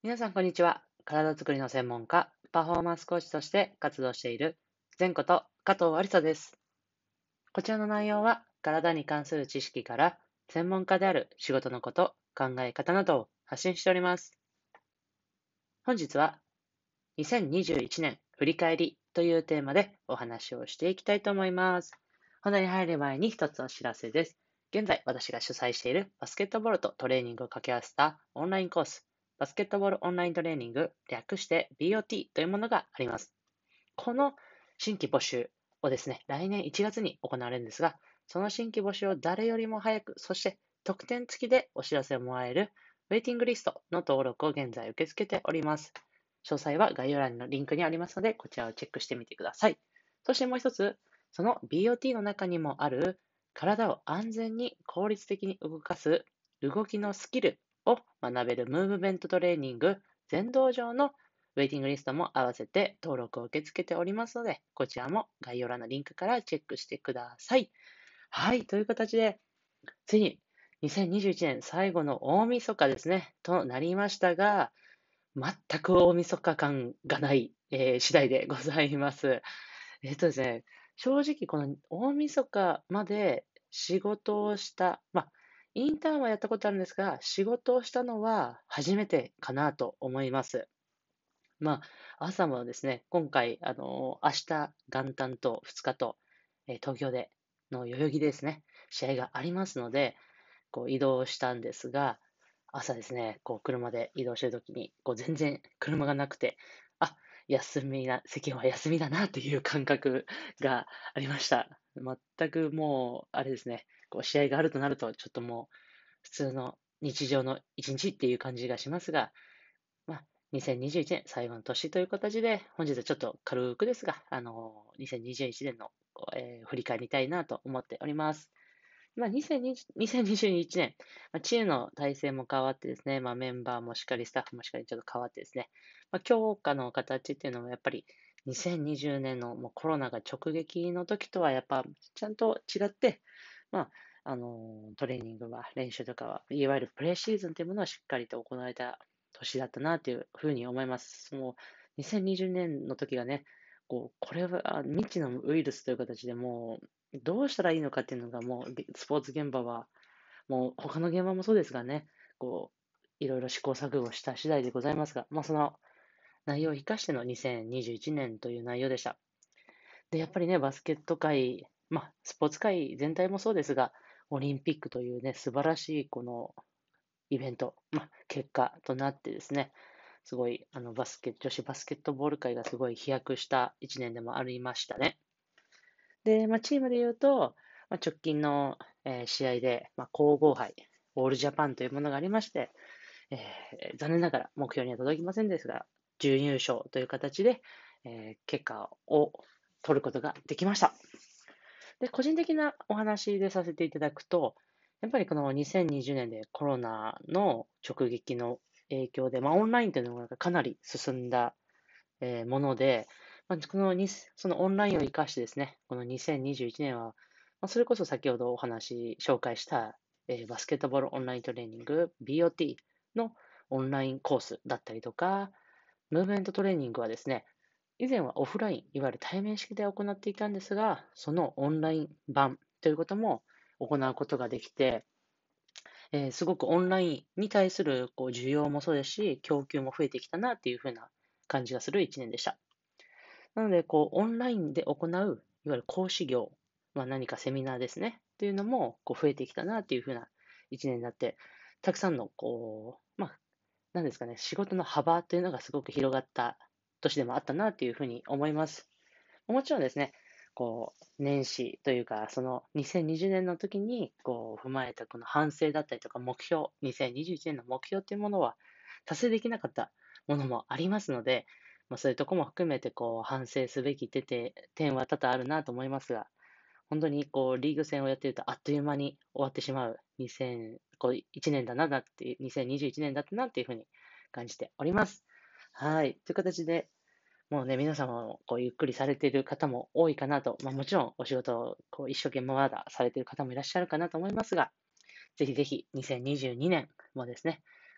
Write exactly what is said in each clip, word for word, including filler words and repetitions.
皆さん、こんにちは。体づくりの専門家、パフォーマンスコーチとして活動している、前こと加藤ありさです。こちらの内容は、体に関する知識から、専門家である仕事のこと、考え方などを発信しております。本日は、にせんにじゅういちねん振り返りというテーマでお話をしていきたいと思います。本題に入る前に一つお知らせです。現在、私が主催しているバスケットボールとトレーニングを掛け合わせたオンラインコース、バスケットボールオンライントレーニング、略して ビーオーティー というものがあります。この新規募集をですね、来年いちがつに行われるんですが、その新規募集を誰よりも早く、そして特典付きでお知らせをもらえるウェイティングリストの登録を現在受け付けております。詳細は概要欄のリンクにありますので、こちらをチェックしてみてください。そしてもう一つ、その ビーオーティー の中にもある体を安全に効率的に動かす動きのスキルを学べるムーブメントトレーニング全道場のウェイティングリストも合わせて登録を受け付けておりますので、こちらも概要欄のリンクからチェックしてください。はい、という形で、ついににせんにじゅういちねん最後の大晦日ですね、となりましたが、全く大晦日感がない、えー次第でございます。えっとですね、正直この大晦日まで仕事をした、まあ、インターンはやったことあるんですが、仕事をしたのは初めてかなと思います。まあ、朝もですね、今回、あの、明日、元旦とふつかと、えー東京での代々木でですね、試合がありますので、こう移動したんですが、朝ですね、こう車で移動してるときに、こう全然車がなくて、あ、休みな、世間は休みだなという感覚がありました。全くもう、あれですね、こう試合があるとなると、ちょっともう普通の日常の一日っていう感じがしますが、まあ、にせんにじゅういちねん最後の年という形で、本日はちょっと軽くですが、あの、にせんにじゅういちねんの、えー振り返りたいなと思っております。まあ、にせんにじゅう にせんにじゅういちねん、まあ、チームの体制も変わってですね、まあ、メンバーもしっかり、スタッフもしっかりちょっと変わってですね、まあ、強化の形っていうのもやっぱりにせんにじゅうねんのもうコロナが直撃の時とはやっぱちゃんと違って、まあ、あのトレーニングは、練習とかは、いわゆるプレーシーズンというものはしっかりと行われた年だったなというふうに思います。もうにせんにじゅうねんの時がね、こう、これは未知のウイルスという形でもう、どうしたらいいのかっていうのがもう、スポーツ現場は、もう他の現場もそうですがね、こう、いろいろ試行錯誤した次第でございますが、まあその内容を生かしてのにせんにじゅういちねんという内容でした。で、やっぱりね、バスケット界、まあスポーツ界全体もそうですが、オリンピックというね、素晴らしいこのイベント、まあ結果となってですね、すごい、あの、バスケ、女子バスケットボール界がすごい飛躍した一年でもありましたね。で、まあ、チームで言うと、まあ、直近の、えー試合で、まあ、皇后杯、オールジャパンというものがありまして、えー残念ながら目標には届きませんでしたが、準優勝という形で、えー結果を取ることができました。で、個人的なお話でさせていただくと、やっぱりこのにせんにじゅうねんでコロナの直撃の影響で、まあ、オンラインというのがかなり進んだえーもので、まあ、このにそのオンラインを活かしてですね、このにせんにじゅういちねんは、まあ、それこそ先ほどお話、紹介した、えーバスケットボールオンライントレーニング ビーオーティー のオンラインコースだったりとか、ムーブメントトレーニングはですね、以前はオフライン、いわゆる対面式で行っていたんですが、そのオンライン版ということも行うことができて、えーすごくオンラインに対するこう需要もそうですし、供給も増えてきたなっていう風な感じがするいちねんでした。なので、こう、オンラインで行う、いわゆる講師業、まあ、何かセミナーですね、っていうのも、こう、増えてきたなっていうふうな一年になって、たくさんの、こう、まあ、なんですかね、仕事の幅というのがすごく広がった年でもあったなっていうふうに思います。もちろんですね、こう、年始というか、そのにせんにじゅうねんの時に、こう、踏まえたこの反省だったりとか目標、にせんにじゅういちねんの目標っていうものは達成できなかったものもありますので、まあ、そういうところも含めて、こう、反省すべき点て点は多々あるなと思いますが、本当にこう、リーグ戦をやっているとあっという間に終わってしまうにせん、こう、いちねんだな、だって、にせんにじゅういちねんだったなっていうふうに感じております。はい。という形で、もうね、皆様もこうゆっくりされている方も多いかなと、まあ、もちろんお仕事をこう一生懸命まだされている方もいらっしゃるかなと思いますが、ぜひぜひにせんにじゅうにねんもですね、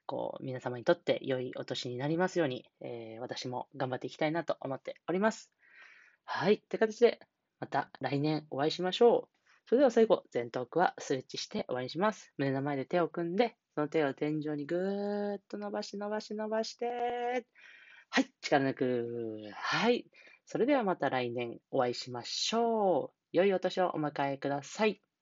こう、皆様にとって良いお年になりますように、えー私も頑張っていきたいなと思っております。はい。って形で、また来年お会いしましょう。それでは最後、前頭腔はストレッチして終わりにします。胸の前で手を組んで、その手を天井にぐーっと伸ばし伸ばし伸ばして、はい、力抜く。はい。それではまた来年お会いしましょう。良いお年をお迎えください。